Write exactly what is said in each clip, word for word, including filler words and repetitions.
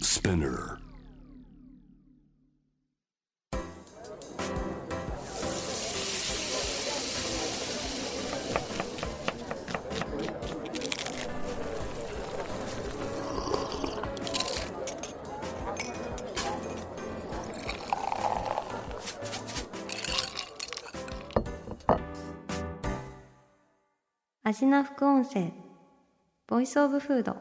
Spinner。 味な副音声ボイスオブフード。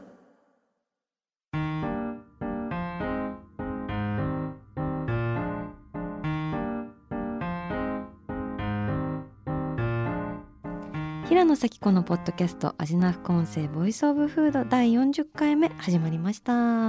平野咲子のポッドキャスト味な副音声ボイスオブフードだいよんじゅっかいめ始まりました。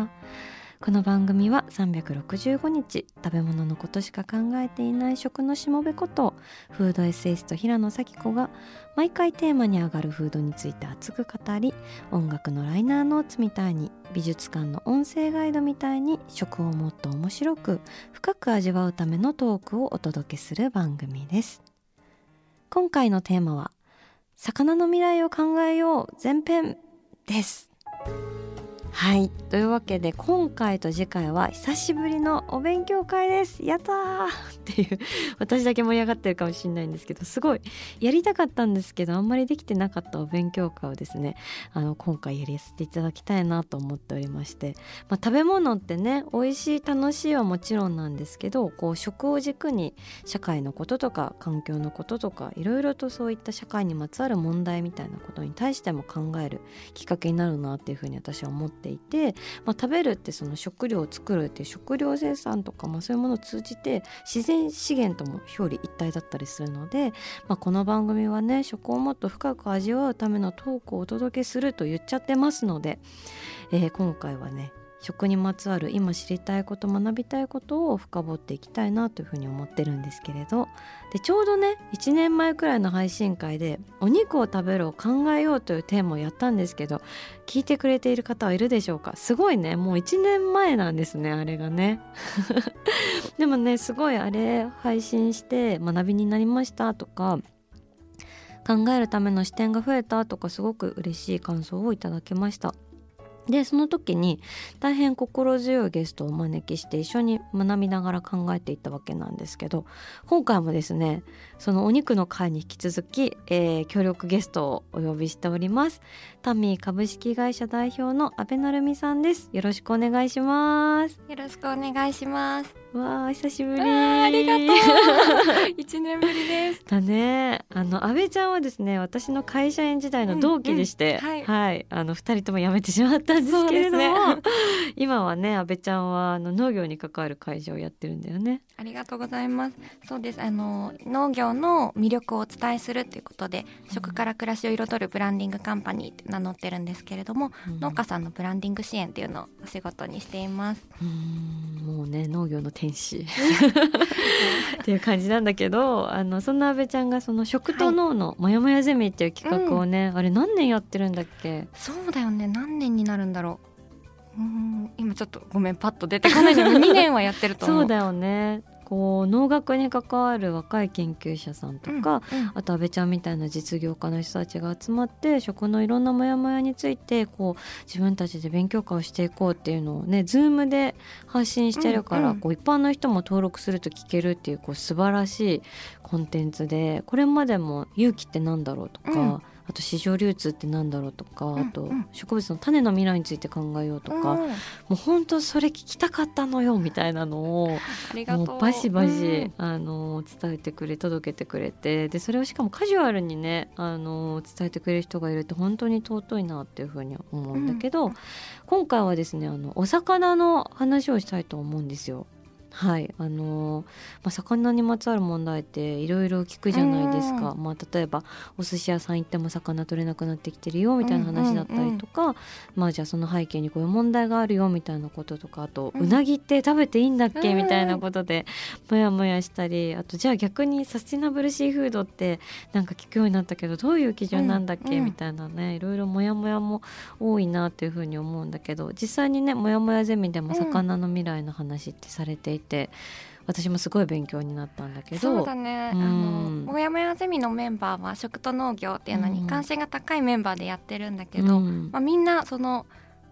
この番組はさんびゃくろくじゅうごにち食べ物のことしか考えていない食のしもべことフードエッセイスト平野咲子が毎回テーマに上がるフードについて熱く語り、音楽のライナーノーツみたいに美術館の音声ガイドみたいに食をもっと面白く深く味わうためのトークをお届けする番組です。今回のテーマは魚の未来を考えよう前編です。はい、というわけで今回と次回は久しぶりのお勉強会です。やったーっていう、私だけ盛り上がってるかもしれないんですけど、すごいやりたかったんですけどあんまりできてなかったお勉強会をですね、あの今回やらせていただきたいなと思っておりまして、まあ、食べ物ってね美味しい楽しいはもちろんなんですけど、こう食を軸に社会のこととか環境のこととかいろいろとそういった社会にまつわる問題みたいなことに対しても考えるきっかけになるなっていうふうに私は思っていて、まあ、食べるってその食料を作るっていう食料生産とか、まあ、そういうものを通じて自然資源とも表裏一体だったりするので、まあ、この番組はね食をもっと深く味わうためのトークをお届けすると言っちゃってますので、えー、今回はね食にまつわる今知りたいこと学びたいことを深掘っていきたいなというふうに思ってるんですけれど、でちょうどねいちねんまえくらいの配信会でお肉を食べるを考えようというテーマをやったんですけど、聞いてくれている方はいるでしょうか。すごいね、もういちねんまえなんですねあれがねでもねすごいあれ配信して学びになりましたとか考えるための視点が増えたとかすごく嬉しい感想をいただきました。でその時に大変心強いゲストをお招きして一緒に学びながら考えていったわけなんですけど、今回もですねそのお肉の会に引き続き、えー、協力ゲストをお呼びしております。タミー株式会社代表の阿部成美さんです。よろしくお願いします。 よろしくお願いします。 わー久しぶり。 あ, ありがとういちねんぶりですだね。あの阿部ちゃんはですね私の会社員時代の同期でして、 うんうんはいはい、あのふたりとも辞めてしまったんですけれども、ね、今はね阿部ちゃんはあの農業に関わる会社をやってるんだよね。 ありがとうございます。そうです、あの農業の魅力をお伝えするということで、うん、食から暮らしを彩るブランディングカンパニーって名乗ってるんですけれども、うん、農家さんのブランディング支援っていうのをお仕事にしています。 うーんもうね農業の天使っていう感じなんだけど、あのそんな阿部ちゃんがその食と農のもやもやゼミっていう企画をね、うん、あれ何年やってるんだっけ。 そうだよね、何年になるんだろう。うーん今ちょっとごめんパッと出てこないのにねんはやってると思うそうだよね。こう農学に関わる若い研究者さんとか、うんうん、あと阿部ちゃんみたいな実業家の人たちが集まって食のいろんなモヤモヤについてこう自分たちで勉強会をしていこうっていうのをね Zoom で発信してるから、うんうん、こう一般の人も登録すると聞けるっていう、こう素晴らしいコンテンツで、これまでも勇気ってなんだろうとか、うんあと市場流通ってなんだろうとか、うんうん、あと植物の種の未来について考えようとか、うん、もう本当それ聞きたかったのよみたいなのをありがとうもうバシバシ、 うん、 あの伝えてくれ届けてくれて、でそれをしかもカジュアルにねあの伝えてくれる人がいるって本当に尊いなっていうふうに思うんだけど、うん、今回はですねあのお魚の話をしたいと思うんですよ。はいあのーまあ、魚にまつわる問題っていろいろ聞くじゃないですか、まあ、例えばお寿司屋さん行っても魚取れなくなってきてるよみたいな話だったりとか、うんうんうん、まあじゃあその背景にこういう問題があるよみたいなこととか、あと、うん、うなぎって食べていいんだっけ、うん、みたいなことでもやもやしたり、あとじゃあ逆にサスティナブルシーフードってなんか聞くようになったけどどういう基準なんだっけ、うんうん、みたいなねいろいろもやもやも多いなっていうふうに思うんだけど、実際にねもやもやゼミでも魚の未来の話ってされていて、私もすごい勉強になったんだけど。 そうだね、うん、あのもやもやゼミのメンバーは食と農業っていうのに関心が高いメンバーでやってるんだけど、うんまあ、みんなその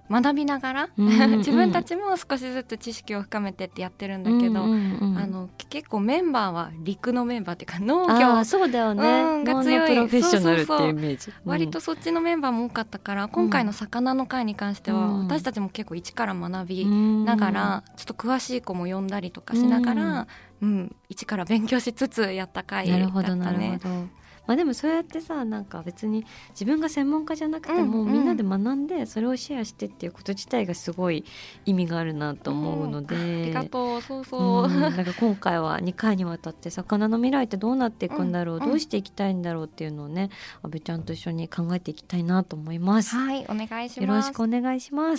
学びながら、 うんうん、 自分たちも少しずつ知識を深めてってやってるんだけど、 うんうんうん、 あの結構メンバーは陸のメンバーっていうか農業あそうだよね、 うん、が強い、 プロフェッショナルっていうイメージ、 そうそうそう、割とそっちのメンバーも多かったから、今回の魚の会に関しては、 うん、 私たちも結構一から学びながら、うん、ちょっと詳しい子も呼んだりとかしながら、うんうん、一から勉強しつつやった会だったね。 なるほどなるほど。まあ、でもそうやってさ、なんか別に自分が専門家じゃなくても、うんうん、みんなで学んでそれをシェアしてっていうこと自体がすごい意味があるなと思うので、うん、 ありがとう。そうそう、うん、 なんか今回はにかいにわたって魚の未来ってどうなっていくんだろう、うん、どうしていきたいんだろうっていうのをね、阿部ちゃんと一緒に考えていきたいなと思います。 はい、お願いします。 よろしくお願いします。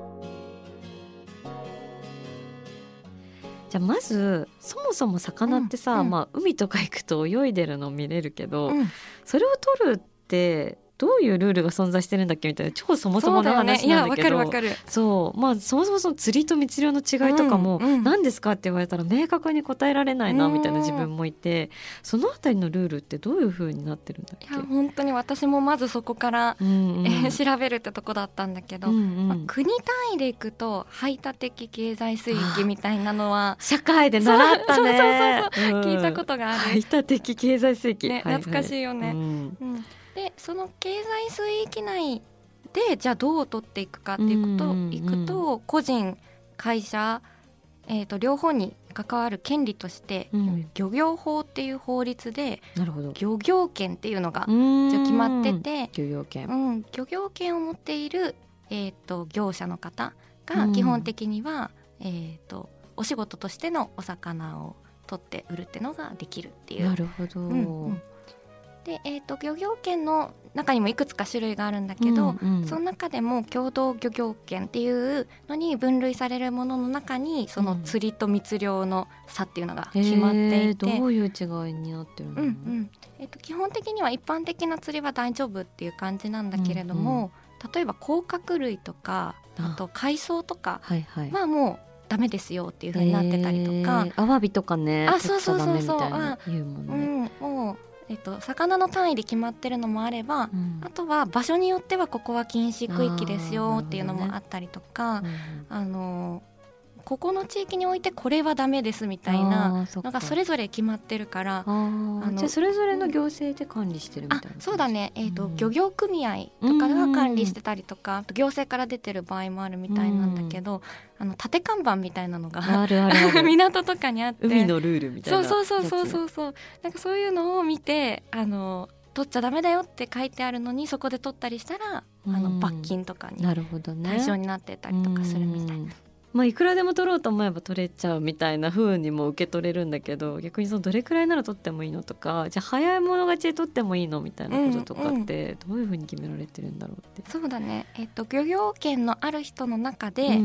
じゃあまずそもそも魚ってさ、うんうん、まあ、海とか行くと泳いでるの見れるけど、うん、それを取るってどういうルールが存在してるんだっけみたいな超そもそもの話なんだけど、そうだよね、いや、わかるわかる。そう、まあ、そもそもその釣りと密漁の違いとかも、うんうん、何ですかって言われたら明確に答えられないなみたいな自分もいて、そのあたりのルールってどういう風になってるんだっけ。 いや本当に私もまずそこから、うんうん、えー、調べるってとこだったんだけど、うんうん、まあ、国単位でいくと排他的経済水域みたいなのは社会で習ったね。 そうそうそうそう、うん、聞いたことがある。 排他的経済水域、 ね、懐かしいよね、はいはい、うんうん、でその経済水域内でじゃあどう取っていくかっていうことをいくと、個人会社、えー、と両方に関わる権利として、うん、漁業法っていう法律で漁業権っていうのが決まってて、 漁業権、 うん、漁業権を持っている、えー、と業者の方が基本的には、うん、えー、とお仕事としてのお魚を取って売るっていうのができるっていう。 なるほど、うんうん、 でえー、と漁業権の中にもいくつか種類があるんだけど、うんうん、その中でも共同漁業権っていうのに分類されるものの中にその釣りと密漁の差っていうのが決まっていて、 うん、どういう違いになってるの、 うんうん、えー、と基本的には一般的な釣りは大丈夫っていう感じなんだけれども、うんうん、例えば甲殻類とかあと海藻とかはもうダメですよっていう風になってたりとか、 アワビとかね、 あ、そうそうそうそう、 言うもんね、 うん、もうえっと、魚の単位で決まってるのもあれば、うん、あとは場所によってはここは禁止区域ですよっていうのもあったりとか、あ、あのここの地域においてこれはダメですみたいなのがそれぞれ決まってるから、あのじゃあそれぞれの行政で管理してるみたいな、 あ、そうだね、えーとうん、漁業組合とかが管理してたりとか、あと行政から出てる場合もあるみたいなんだけど、あの縦看板みたいなのがあるあるある港とかにあって、 海のルールみたいな、 そうそうそうそうそう、なんかそういうのを見て、あの取っちゃダメだよって書いてあるのにそこで取ったりしたら、あの罰金とかに対象になってたりとかするみたいな。 まあ、いくらでも取ろうと思えば取れちゃうみたいな風にも受け取れるんだけど、逆にそのどれくらいなら取ってもいいのとか、じゃあ早い者勝ちで取ってもいいのみたいなこととかってどういう風に決められてるんだろうって、 うんうん、そうだね、えーと、漁業権のある人の中で、うんうん、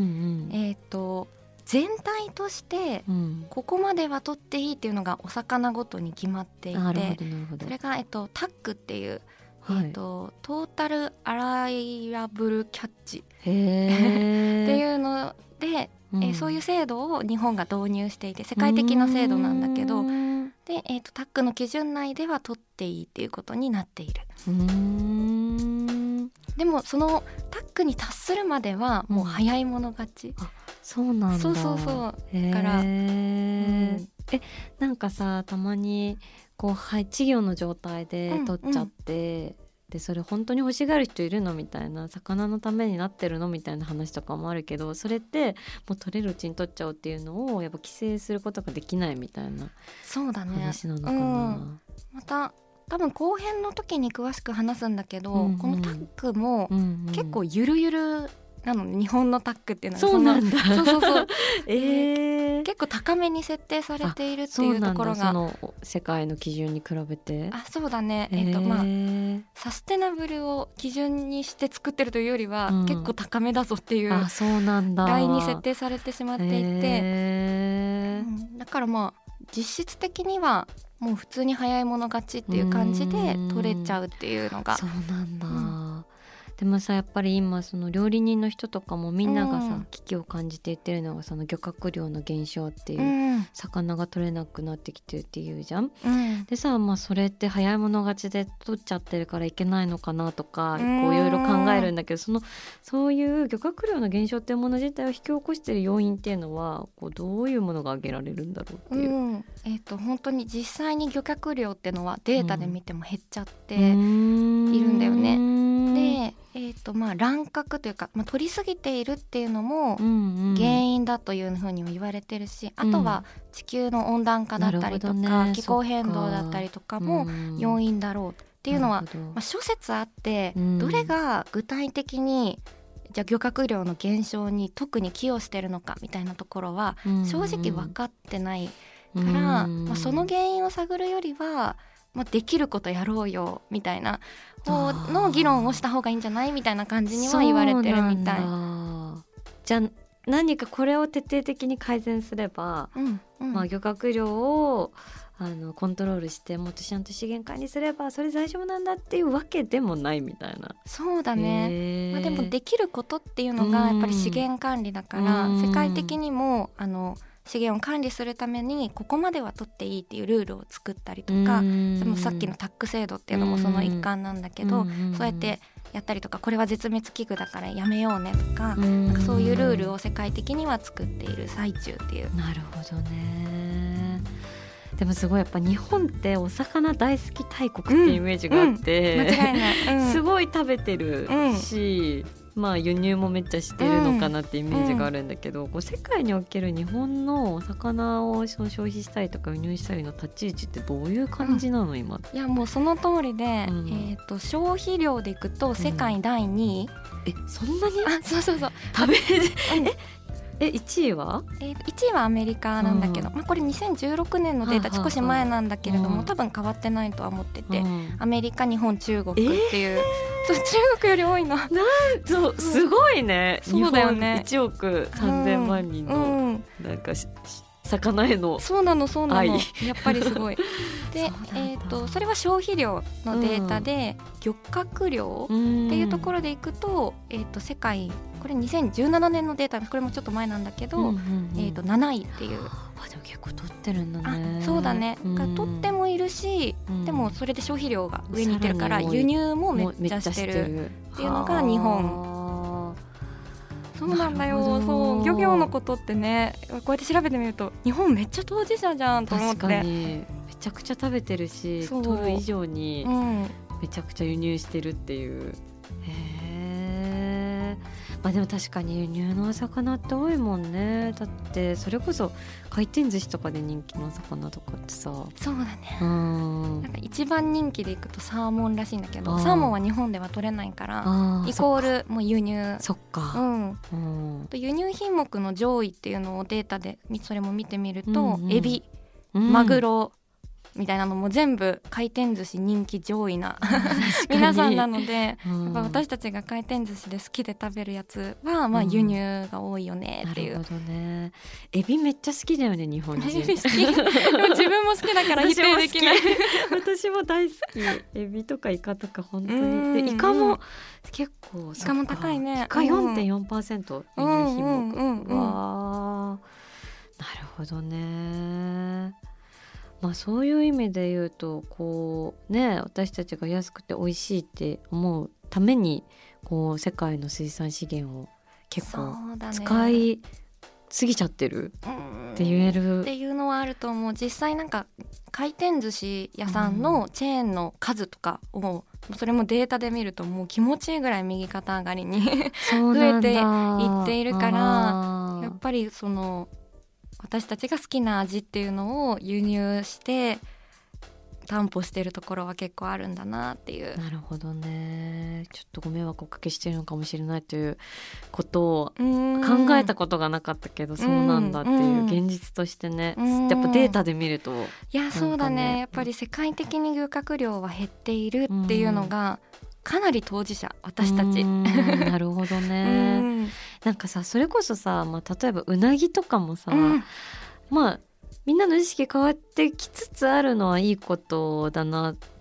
えーと全体としてここまでは取っていいっていうのがお魚ごとに決まっていて、うん、それが、えーと、タックっていう、はい、えーと、トータルアライラブルキャッチっていうので、うん、えー、そういう制度を日本が導入していて、世界的な制度なんだけど、で、えーと、タックの基準内では取っていいっていうことになっている。うーん、でもそのタックに達するまではもう早い者勝ち、うん、 あ、そうなんだ。 そうそうそう、だから、うん、 えなんかさ、たまにこう、はい、稚魚の状態で取っちゃって、うんうん、でそれ本当に欲しがる人いるのみたいな、魚のためになってるのみたいな話とかもあるけど、それってもう取れるうちに取っちゃおうっていうのをやっぱ規制することができないみたいな話なのかな。そうだね、うん、 また多分後編の時に詳しく話すんだけど、うんうん、このタックも結構ゆるゆるなの、日本のタックっていうのはそうなんだ。 そうそうそう、 えー、 結構高めに設定されているっていうところが、 その世界の基準に比べて。 あ、そうだね、えーとまあ、サステナブルを基準にして作ってるというよりは、うん、結構高めだぞっていうあ、そうなんだ、 ラインに設定されてしまっていて、 えーうん、だからまあ実質的にはもう普通に早い者勝ちっていう感じで取れちゃうっていうのが。 そうなんだ、うん、 でもさやっぱり今その料理人の人とかもみんながさ、 うん、 危機を感じて言ってるのがその漁獲量の減少っていう、 うん魚が取れなくなってきてるっていうじゃん、 うん、 でさ、まあ、それって早い者勝ちで取っちゃってるからいけないのかなとか、 うんこういろいろ考えるんだけど、そのそういう漁獲量の減少っていうもの自体を引き起こしている要因っていうのはこうどういうものが挙げられるんだろうっていう、 うん、えー、と本当に実際に漁獲量っていうのはデータで見ても減っちゃっているんだよね、で、えーとまあ、乱獲というか、まあ、取りすぎているっていうのも原因だというふうにも言われてるし、うん、あとは地球の温暖化だったりとか、ね、気候変動だったりとかも要因だろうっていうのは、まあ、諸説あって、うん、どれが具体的にじゃあ漁獲量の減少に特に寄与してるのかみたいなところは正直分かってないから、うんまあ、その原因を探るよりは、まあ、できることやろうよみたいな方の議論をした方がいいんじゃないみたいな感じには言われてるみたい。 じゃあ何かこれを徹底的に改善すれば、うんうんまあ、漁獲量をあのコントロールしてもっとちゃんと資源管理すればそれ大丈夫なんだっていうわけでもないみたいな。 そうだね、まあ、でもできることっていうのがやっぱり資源管理だから、世界的にもあの資源を管理するためにここまでは取っていいっていうルールを作ったりとか、でもさっきのタック制度っていうのもその一環なんだけど、そうやってやったりとか、これは絶滅危惧だからやめようねとか、なんかそういうルールを世界的には作っている最中っていう。 なるほどね。でもすごいやっぱ日本ってお魚大好き大国っていうイメージがあって、 うんうん、間違いない、うん、 すごい食べてるし、うん、まあ輸入もめっちゃしてるのかなってイメージがあるんだけど、うん、こう世界における日本のお魚を消費したりとか輸入したりの立ち位置ってどういう感じなの、うん、今。 いやもうその通りで、うん、えーと、消費量でいくと世界だいにい、 うん、えそんなにあそうそうそう食べるええいちいは、 えー、いちいはアメリカなんだけど、うんまあ、これにせんじゅうろくねんのデータ少し前なんだけれども、はあはあ、多分変わってないとは思ってて、うん、アメリカ日本中国っていう、えー、そう中国より多いの。なんそうすごいね。 そうだよね。 日本いちおくさんぜんまんにんの、うん、なんか魚への愛。 そうなのそうなのやっぱりすごいで、えー、とそれは消費量のデータで、うん、漁獲量っていうところでいくと、えー、と世界これにせんじゅうななねんのデータ、これもちょっと前なんだけど、うんうんうんえー、となないっていう。 あでも結構取ってるんだね。 あそうだね、うん、が取ってもいるし、うん、でもそれで消費量が上にいってるから輸入もめっちゃしてるっていうのが日本。そうなんだよ。そう漁業のことってね、こうやって調べてみると日本めっちゃ当事者じゃんと思って。 確かにめちゃくちゃ食べてるし、取る以上にめちゃくちゃ輸入してるっていう、うん、へえ。まあでも確かに輸入のお魚って多いもんね。だってそれこそ回転寿司とかで人気のお魚とかってさ。 そうだね、うん、なんか一番人気でいくとサーモンらしいんだけど、サーモンは日本では取れないからイコールもう輸入。 そっか、 うんうん、と輸入品目の上位っていうのをデータでそれも見てみると、うんうん、エビ、マグロみたいなのも全部回転寿司人気上位な皆さんなので、うん、やっぱ私たちが回転寿司で好きで食べるやつは、まあ、輸入が多いよねっていう、 うん、なるほどね。エビめっちゃ好きだよね日本人。 エビ好きでも自分も好きだから否定できない私も大好きエビとかイカとか本当に。でイカも結構イカも高いね。 イカ よんてんよんパーセント 輸入品目、うんうんうん、わーなるほどね。まあ、そういう意味で言うとこう、ね、私たちが安くて美味しいって思うためにこう世界の水産資源を結構使いすぎちゃってるって言える、 っていうのはあると思う。実際なんか回転寿司屋さんのチェーンの数とかを、うん、それもデータで見るともう気持ちいいぐらい右肩上がりに増えていっているから、やっぱりその私たちが好きな味っていうのを輸入して担保しているところは結構あるんだなっていう。 なるほどね。ちょっとご迷惑をおかけしているのかもしれないということを考えたことがなかったけど、そうなんだっていう現実としてね、やっぱデータで見ると、ね、 いやそうだね。やっぱり世界的に漁獲量は減っているっていうのがかなり当事者私たち。 なるほどね。なんかさそれこそさ、まあ、例えばうなぎとかもさ、うん、まあみんなの意識変わってきつつあるのはいいことだなっ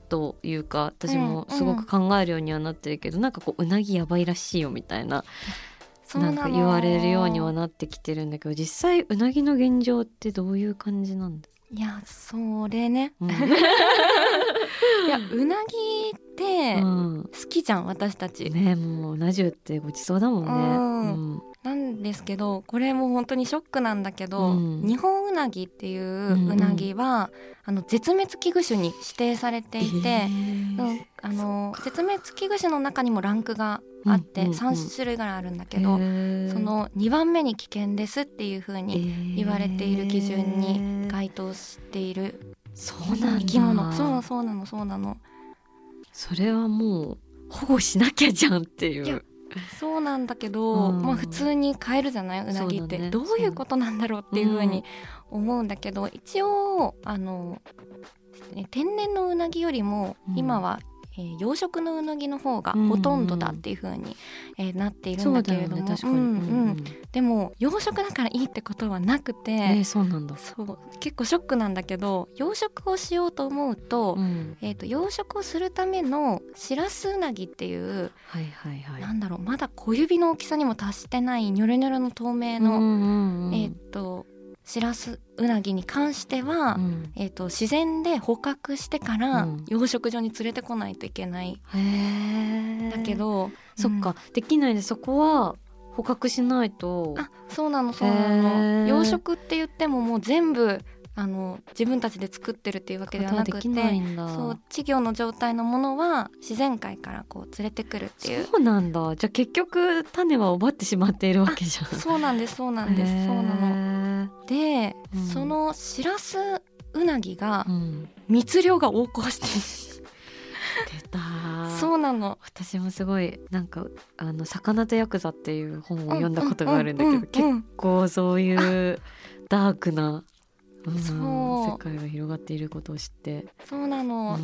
というか私もすごく考えるようにはなってるけど、うんうん、なんかこううなぎやばいらしいよみたいななんか言われるようにはなってきてるんだけど、実際うなぎの現状ってどういう感じなんだ？ いやそれね、うん、いやうなぎって好きじゃん、うん、私たちね。もううな重ってごちそうだもんね、 うんうん、なんですけどこれも本当にショックなんだけど、うん、日本うなぎっていううなぎは、うんうん、あの絶滅危惧種に指定されていて、えーうん、あの絶滅危惧種の中にもランクがあってさん種類ぐらいあるんだけど、うんうんうん、そのにばんめに危険ですっていう風に言われている基準に該当しているそうなんだ生き物。そうそうなのそうなの。 それはもう保護しなきゃじゃんっていう。 いやそうなんだけど、うんまあ、普通に飼えるじゃないうなぎって、ね、どういうことなんだろうっていう風に思うんだけど、うん、一応あの天然のうなぎよりも今は、うんえー、養殖のうなぎの方がほとんどだっていう風に、うんえー、なっているんだけれども、ねうんうん、でも養殖だからいいってことはなくて、えー、そうなんだ。 そう結構ショックなんだけど、養殖をしようと思うと、うんえー、と養殖をするためのシラスウナギっていう、はいはいはい、なんだろうまだ小指の大きさにも達してないニョロニョロの透明の、うんうんうんえー、とシラスウナギに関しては、うんえー、と自然で捕獲してから養殖場に連れてこないといけない、うん、だけどそっか、うん、できないでそこは捕獲しないと。 あそうなのそうなの。養殖って言ってももう全部あの自分たちで作ってるっていうわけではなくて、そう稚魚の状態のものは自然界からこう連れてくるっていう。 そうなんだ。じゃあ結局種は奪ってしまっているわけじゃん。 そうなんですそうなんですそうなので、うん、そのシラスウナギが密漁が横行して出た。 そうなの。 私もすごいなんかあの魚とヤクザっていう本を読んだことがあるんだけど、うんうんうんうん、結構そういうダークなうん、そう世界が広がっていることを知って。 そうなの、うん、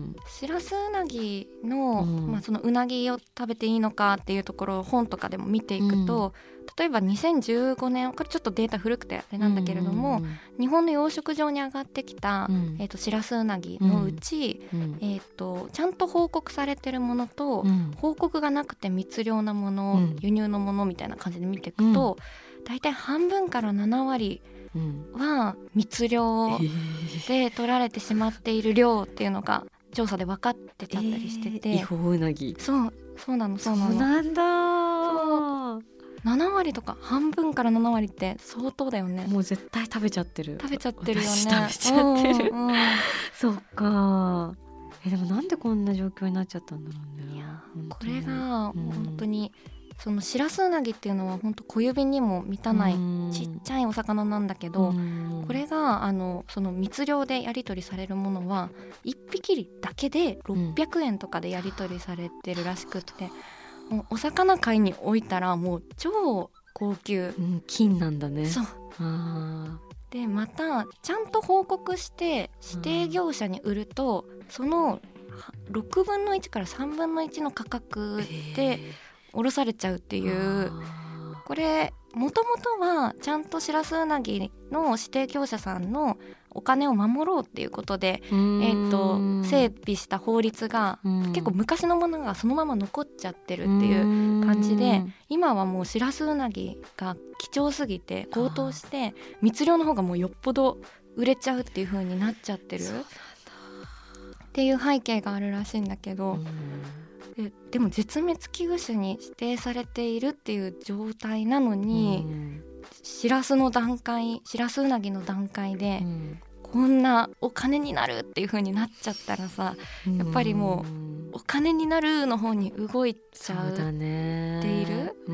シラスウナギの、うんまあ、そのうなぎを食べていいのかっていうところを本とかでも見ていくと、うん、例えばにせんじゅうごねんこれちょっとデータ古くてあれなんだけれども、うんうんうん、日本の養殖場に上がってきた、うんえー、とシラスウナギのうち、うんえー、とちゃんと報告されてるものと、うん、報告がなくて密漁なもの、うん、輸入のものみたいな感じで見ていくと、うん、だいたい半分からななわりは密漁で取られてしまっている量っていうのが調査で分かってちゃったりしてて、 えー、違法うなぎそうそうなのそうなのそうなんだ。 ななわりとか半分からななわりって相当だよね。 もう絶対食べちゃってる食べちゃってるよね。 食べちゃってる、うんうん、そっか。えでもなんでこんな状況になっちゃったんだろうね。 いやこれが本当に、うんそのシラスウナギっていうのは本当小指にも満たないちっちゃいお魚なんだけど、これがあのその密漁でやり取りされるものはいっぴきだけでろっぴゃくえんとかでやり取りされてるらしくって、うん、もうお魚界に置いたらもう超高級、 うん、金なんだね。 そうあでまたちゃんと報告して指定業者に売るとそのろくぶんのいちからさんぶんのいちの価格で下ろされちゃうっていう。これもともとはちゃんとシラスウナギの指定業者さんのお金を守ろうっていうことで、えー、と整備した法律が結構昔のものがそのまま残っちゃってるっていう感じで、今はもうシラスウナギが貴重すぎて高騰して密漁の方がもうよっぽど売れちゃうっていう風になっちゃってるっていう背景があるらしいんだけど、で, でも絶滅危惧種に指定されているっていう状態なのに、うん、シラスの段階シラスウナギの段階で、うん、こんなお金になるっていう風になっちゃったらさ、うん、やっぱりもうお金になるの方に動いちゃうっている。そうだね。うん、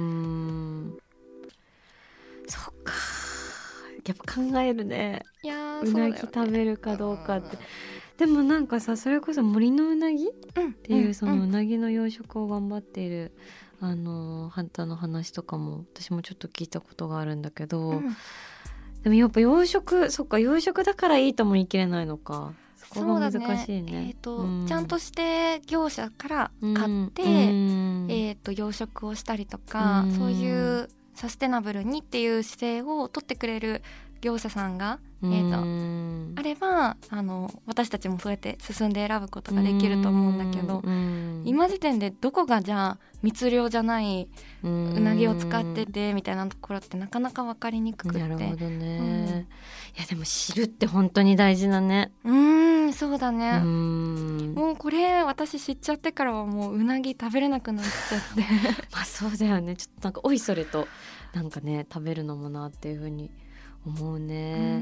そっかやっぱ考えるね。 いやうなぎ食べるかどうかって。でもなんかさそれこそ森のうなぎっていうそのうなぎの養殖を頑張っているあのハンターの話とかも私もちょっと聞いたことがあるんだけど、うん、でもやっぱ養殖そっか養殖だからいいとも言い切れないのか。そこが難しいね。 えーとうん、ちゃんとして業者から買って、うん、えーと養殖をしたりとか、うん、そういうサステナブルにっていう姿勢を取ってくれる業者さんが、えー、とあればあの私たちもそうやって進んで選ぶことができると思うんだけど、今時点でどこがじゃあ密漁じゃないうなぎを使っててみたいなところってなかなか分かりにくくて。 なるほどね、 うん、 いやでも知るって本当に大事だね。 うーんそうだね。 うーんもうこれ私知っちゃってからはもううなぎ食べれなくなっちゃってまあそうだよね。ちょっとなんかおいそれとなんかね食べるのもなっていう風に思うね、うん、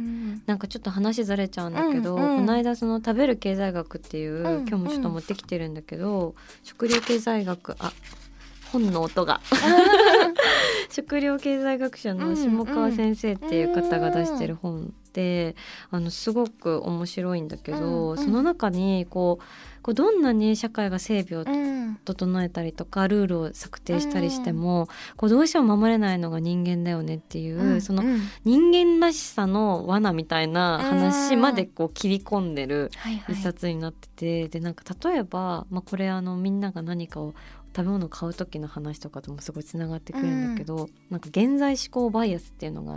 なんかちょっと話ずれちゃうんだけど、うんうん、この間その食べる経済学っていう、うん、今日もちょっと持ってきてるんだけど、うん、食料経済学あ本の音が食料経済学者の下川先生っていう方が出してる本で、うんうん、あのすごく面白いんだけど、うんうん、その中にこうこうどんなに社会が整備を整えたりとか、うん、ルールを策定したりしても、うん、こうどうしても守れないのが人間だよねっていう、うん、その人間らしさの罠みたいな話までこう切り込んでる一冊になってて、うんはいはい、でなんか例えば、まあ、これあのみんなが何かを食べ物を買う時の話とかともすごいつながってくるんだけど、うん、なんか現在思考バイアスっていうのがあって、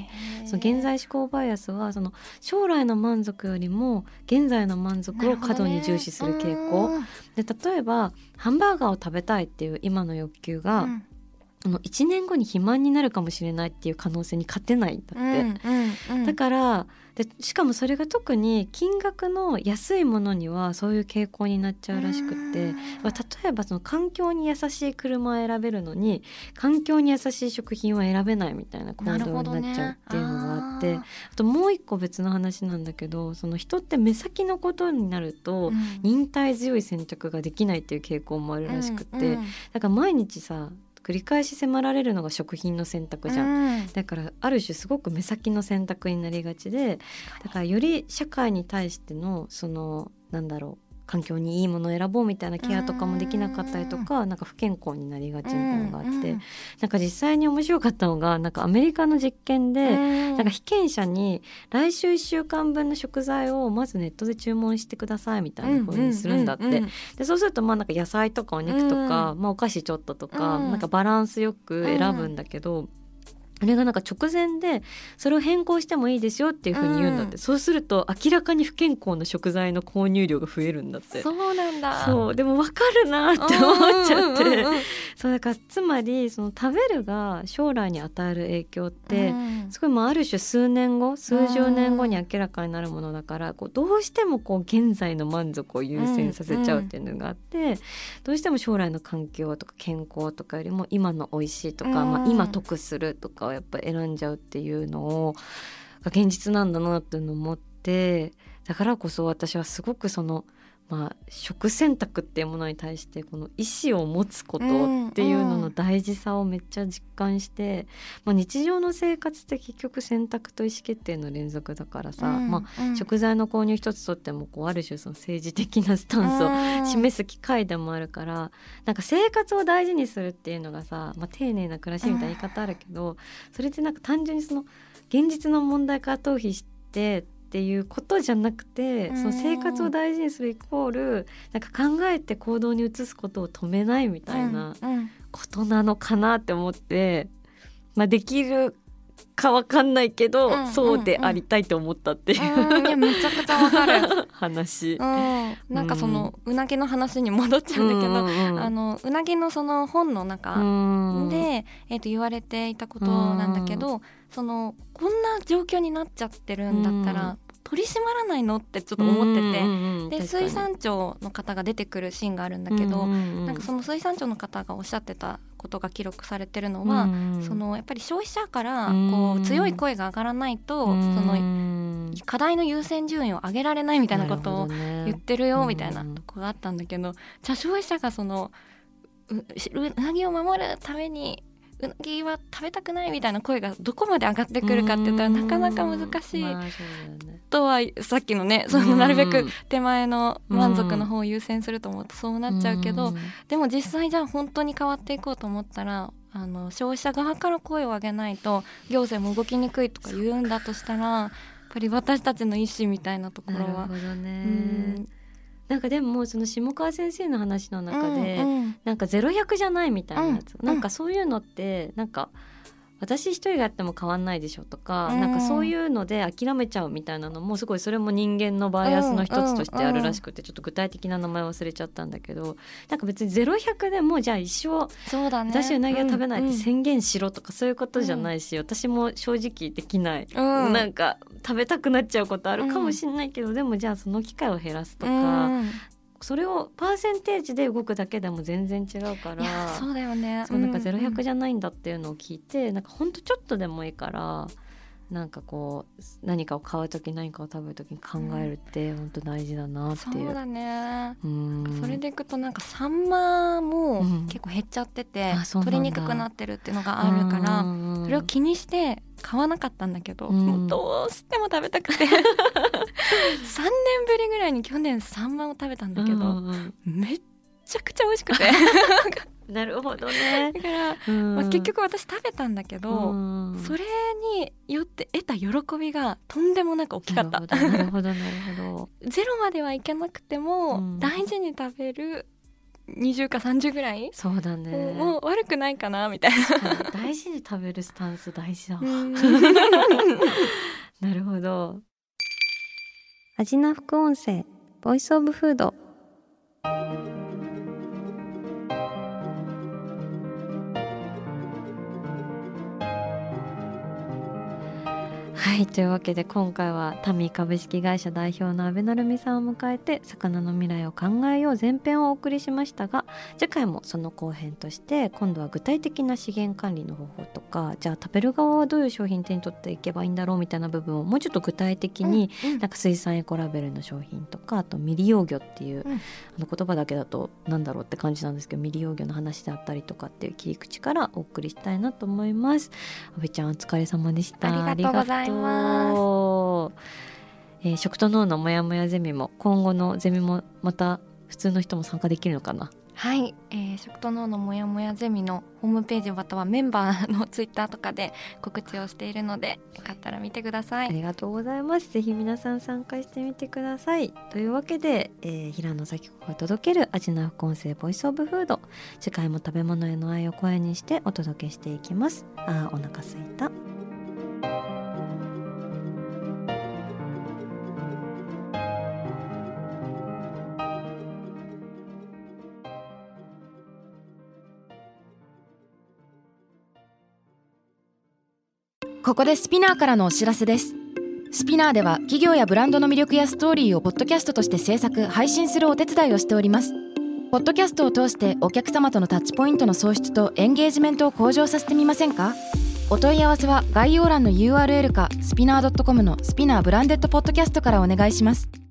その現在思考バイアスはその将来の満足よりも現在の満足を過度に重視する傾向、ね、で例えばハンバーガーを食べたいっていう今の欲求が、うんあのいちねんごに肥満になるかもしれないっていう可能性に勝てないんだって、うんうんうん、だからでしかもそれが特に金額の安いものにはそういう傾向になっちゃうらしくって、まあ、例えばその環境に優しい車を選べるのに環境に優しい食品は選べないみたいな行動になっちゃうっていうのがあって、ね、あ, あともう一個別の話なんだけど、その人って目先のことになると忍耐強い選択ができないっていう傾向もあるらしくって、うんうん、だから毎日さ繰り返し迫られるのが食品の選択じゃん、うん、だからある種すごく目先の選択になりがちで、だからより社会に対してのそのなんだろう環境にいいものを選ぼうみたいなケアとかもできなかったりとか、なんか不健康になりがちみたいなのがあって、うんうん、なんか実際に面白かったのがなんかアメリカの実験で、うん、なんか被験者に来週いっしゅうかんぶんの食材をまずネットで注文してくださいみたいな風にするんだって、うんうんうんうん、でそうするとまあなんか野菜とかお肉とか、うんまあ、お菓子ちょっととか、うん、なんかバランスよく選ぶんだけど、うんあれがなんか直前でそれを変更してもいいですよっていう風に言うんだって、うん、そうすると明らかに不健康な食材の購入量が増えるんだって。 そうなんだ。 そうでも分かるなって思っちゃって、うんうんうんうん、そうだからつまりその食べるが将来に与える影響って、うん、すごいもうある種数年後数十年後に明らかになるものだから、こうどうしてもこう現在の満足を優先させちゃうっていうのがあって、うんうん、どうしても将来の環境とか健康とかよりも今の美味しいとか、うんまあ、今得するとかやっぱ選んじゃうっていうのをが現実なんだなっていうのを思って、だからこそ私はすごくその、まあ、食選択っていうものに対してこの意思を持つことっていうのの大事さをめっちゃ実感して、うんまあ、日常の生活って結局選択と意思決定の連続だからさ、うんまあ、食材の購入一つとってもこうある種その政治的なスタンスを示す機会でもあるから、うん、なんか生活を大事にするっていうのがさ、まあ、丁寧な暮らしみたいな言い方あるけど、うん、それってなんか単純にその現実の問題から逃避してっていうことじゃなくて、その生活を大事にするイコールなんか考えて行動に移すことを止めないみたいなことなのかなって思って、まあ、できるかわかんないけど、うん、そうでありたいと思ったっていう、 うんうん、いやめちゃくちゃわかる話、 うん、なんかその、うん、うなぎの話に戻っちゃうんだけど、うんうんうん、あのうなぎのその本の中で、うんえー、と言われていたことなんだけど、うん、そのこんな状況になっちゃってるんだったら、うん取り締まらないのってちょっと思ってて、うんうんうん、で水産庁の方が出てくるシーンがあるんだけど、うんうんうん、なんかその水産庁の方がおっしゃってたことが記録されてるのは、うんうん、そのやっぱり消費者からこう強い声が上がらないと、うん、その課題の優先順位を上げられないみたいなことを言ってるよみたいなとこがあったんだけど、じゃあ消費者がその う, うなぎを守るためにうなぎは食べたくないみたいな声がどこまで上がってくるかって言ったらなかなか難しい、まあそうだよね、とはさっきのねそのなるべく手前の満足の方を優先すると思うとそうなっちゃうけど、でも実際じゃあ本当に変わっていこうと思ったらあの消費者側から声を上げないと行政も動きにくいとか言うんだとしたらやっぱり私たちの意思みたいなところは。 なるほどね、うんなんかでもその下川先生の話の中で、うんうん、なんかゼロひゃくじゃないみたいなやつ、うん、なんかそういうのってなんか私一人がやっても変わんないでしょとか、 うん、 なんかそういうので諦めちゃうみたいなのもすごいそれも人間のバイアスの一つとしてあるらしくて、ちょっと具体的な名前忘れちゃったんだけど、なんか別にゼロひゃくでもじゃあ一生そうだね、 私うなぎは食べないって宣言しろとかそういうことじゃないし、うん、私も正直できない、うん、なんか食べたくなっちゃうことあるかもしれないけど、うん、でもじゃあその機会を減らすとか、うん、それをパーセンテージで動くだけでも全然違うから、 いやそうだよね、 そうなんかゼロひゃくじゃないんだっていうのを聞いて、うん、なんかほんとちょっとでもいいからなんかこう何かを買うとき何かを食べるときに考えるって本当大事だなっていう、 そうだね、 うん、 それでいくとなんかサンマも結構減っちゃってて、うん、取りにくくなってるっていうのがあるから、それを気にして買わなかったんだけど、うん、もうどうしても食べたくてさんねんぶりぐらいに去年サンマを食べたんだけど、うん、めっちゃくちゃ美味しくてなるほどね。 だから、うんまあ、結局私食べたんだけど、うん、それによって得た喜びがとんでもなく大きかった。 なるほどなるほどゼロまではいけなくても、うん、大事に食べるにじゅうかさんじゅうぐらい、 そうだね、 もう悪くないかなみたいな大事に食べるスタンス大事だわなるほど。味な副音声ボイスオブフード。はい、というわけで今回はタミー株式会社代表の阿部成美さんを迎えて魚の未来を考えよう前編をお送りしましたが、次回もその後編として今度は具体的な資源管理の方法とか、じゃあ食べる側はどういう商品手に取っていけばいいんだろうみたいな部分をもうちょっと具体的に、うんうん、なんか水産エコラベルの商品とか、あと未利用魚っていう、うん、あの言葉だけだとなんだろうって感じなんですけど、未利用魚の話であったりとかっていう切り口からお送りしたいなと思います。阿部ちゃんお疲れ様でした。 ありがとうございます。 えー、食と脳のモヤモヤゼミも今後のゼミもまた普通の人も参加できるのかな。 はい、えー、食と脳のモヤモヤゼミのホームページまたはメンバーのツイッターとかで告知をしているので、よかったら見てください。 ありがとうございます。ぜひ皆さん参加してみてください。というわけで、えー、平野咲子が届ける味な副音声ボイスオブフード、次回も食べ物への愛を声にしてお届けしていきます。あーお腹すいた。 ここでスピナーからのお知らせです。スピナーでは企業やブランドの魅力やストーリーをポッドキャストとして制作・配信するお手伝いをしております。ポッドキャストを通してお客様とのタッチポイントの創出とエンゲージメントを向上させてみませんか？お問い合わせは概要欄の ユーアールエル かスピナー ドットコム のスピナーブランデッドポッドキャストからお願いします。